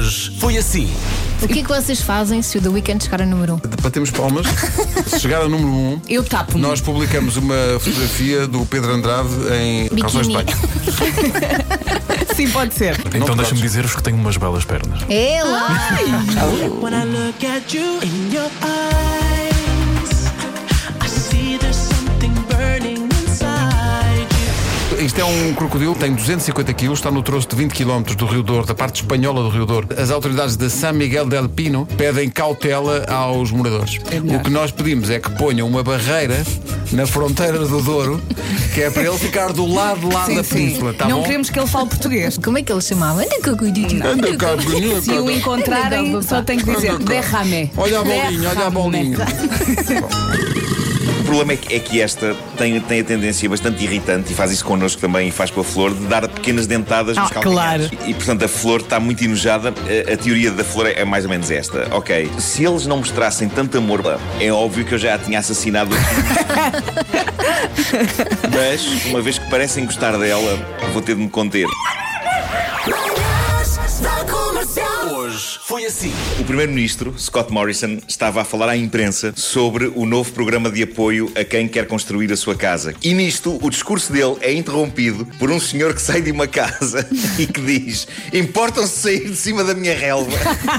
Hoje foi assim. O que é que vocês fazem se o The Weeknd chegar a número 1? Batemos palmas. Se chegar a número 1, Eu tapo-me. nós publicamos uma fotografia do Pedro Andrade em calções de banho. Sim, pode ser. Então deixa-me dizer-vos que tenho umas belas pernas. É lá! When I look at you in your eyes, I see there's something burning inside you. Isto é um crocodilo, tem 250 kg, está no troço de 20 km do Rio Douro, da parte espanhola do Rio Douro. As autoridades de San Miguel del Pino pedem cautela aos moradores. O que nós pedimos é que ponham uma barreira na fronteira do Douro, que é para ele ficar do lado lá da península, tá Não bom? queremos que ele fale português. Como é que ele chamava? Anda com cuidadinho. Anda cá, bonito. Se o encontrarem, só tem que dizer derrame. Olha a bolinha, olha a bolinha. O problema é que esta tem a tendência bastante irritante, e faz isso connosco também, e faz com a Flor, de dar pequenas dentadas nos calcanhares. Claro. E portanto a Flor está muito enojada. A teoria da Flor é mais ou menos esta. Ok, se eles não mostrassem tanto amor, é óbvio que eu já a tinha assassinado. Mas, uma vez que parecem gostar dela, vou ter de me conter. Hoje foi assim. O primeiro-ministro, Scott Morrison, estava a falar à imprensa sobre o novo programa de apoio a quem quer construir a sua casa. E nisto, o discurso dele é interrompido por um senhor que sai de uma casa e que diz: importam-se sair de cima da minha relva.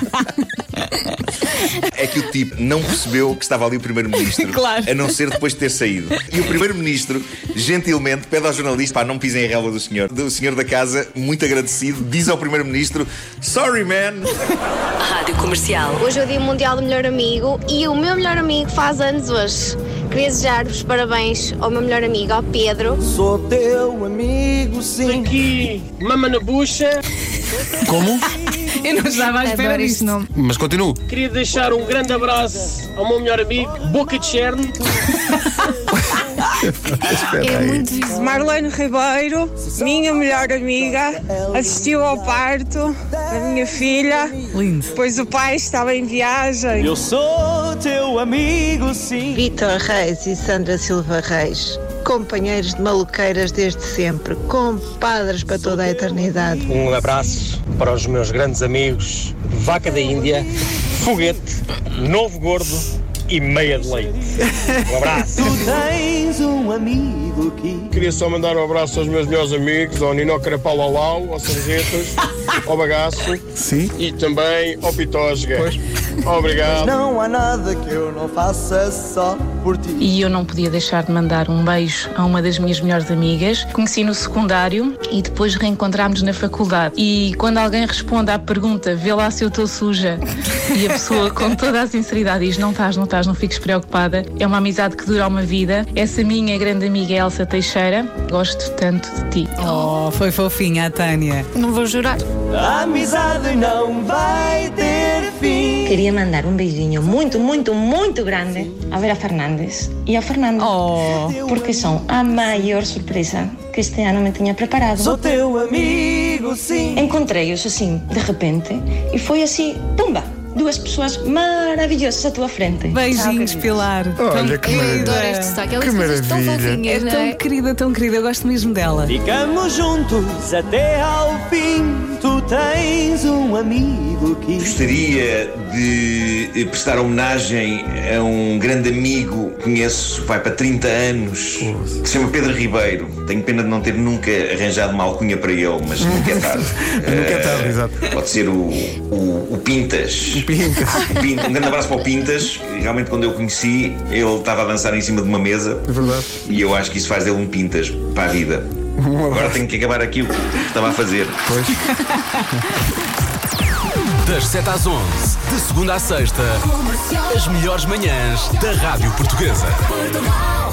É que o tipo não percebeu que estava ali o primeiro-ministro, Claro. a não ser depois de ter saído. E o primeiro-ministro, gentilmente, pede ao jornalista: pá, não pisem a relva do senhor. O senhor da casa, muito agradecido, diz ao primeiro-ministro: sorry, man. Rádio Comercial. Hoje é o Dia Mundial do Melhor Amigo e o meu melhor amigo faz anos hoje. Queria desejar-vos parabéns ao meu melhor amigo, ao Pedro. Sou teu amigo, sim. Aqui, mama na bucha. Como? Eu não estava à espera Adoro este disto. nome. Mas continuo. Queria deixar um grande abraço ao meu melhor amigo, Boca de Cherno. É muito visual. Marlene Ribeiro, minha melhor amiga, assistiu ao parto da minha filha, Lindo. pois o pai estava em viagem. Eu sou teu amigo, sim. Vitor Reis e Sandra Silva Reis, companheiros de maluqueiras desde sempre, compadres para toda a eternidade. Um abraço para os meus grandes amigos, Vaca da Índia, Foguete, Novo Gordo e Meia de Leite. Um abraço. Tu tens um amigo aqui. Queria só mandar um abraço aos meus melhores amigos, ao Nino Carapau, ao Sarjetas, ao Bagaço. Sim. E também ao Pitosga. Obrigado. Não há nada que eu não faça só por ti. E eu não podia deixar de mandar um beijo a uma das minhas melhores amigas. Conheci no secundário e depois reencontrámos na faculdade. E quando alguém responde à pergunta, vê lá se eu estou suja, e a pessoa com toda a sinceridade diz: não estás, não fiques preocupada, é uma amizade que dura uma vida. Essa minha grande amiga Elsa Teixeira, gosto tanto de ti. Oh, foi fofinha a Tânia. Não vou jurar. A amizade não vai ter fim. Queria mandar um beijinho muito, muito, muito grande à Vera Fernandes e ao Fernando. Oh. Porque são a maior surpresa que este ano me tinha preparado. Sou teu amigo, sim. Encontrei-os assim, de repente, e foi assim, pumba! Duas pessoas maravilhosas à tua frente. Beijinhos, Pilar. Olha que Eu maravilha. adoro este sotaque. Ela Que diz coisas tão maravilha. fofinhas, não é? Tão querida, eu gosto mesmo dela. Ficamos juntos até ao fim. Tu tens um amigo aqui. Gostaria de prestar homenagem a um grande amigo que conheço, vai para 30 anos, que se chama Pedro Ribeiro. Tenho pena de não ter nunca arranjado uma alcunha para ele, mas nunca é tarde. Nunca é tarde, exato. Pode ser o Pintas. Pintas. Um grande abraço para o Pintas. Realmente, quando eu o conheci, ele estava a dançar em cima de uma mesa. É verdade. E eu acho que isso faz dele um Pintas para a vida. Agora tenho que acabar aqui o que estava a fazer. Pois. Das 7 às 11, de segunda à sexta, as melhores manhãs da Rádio Portuguesa.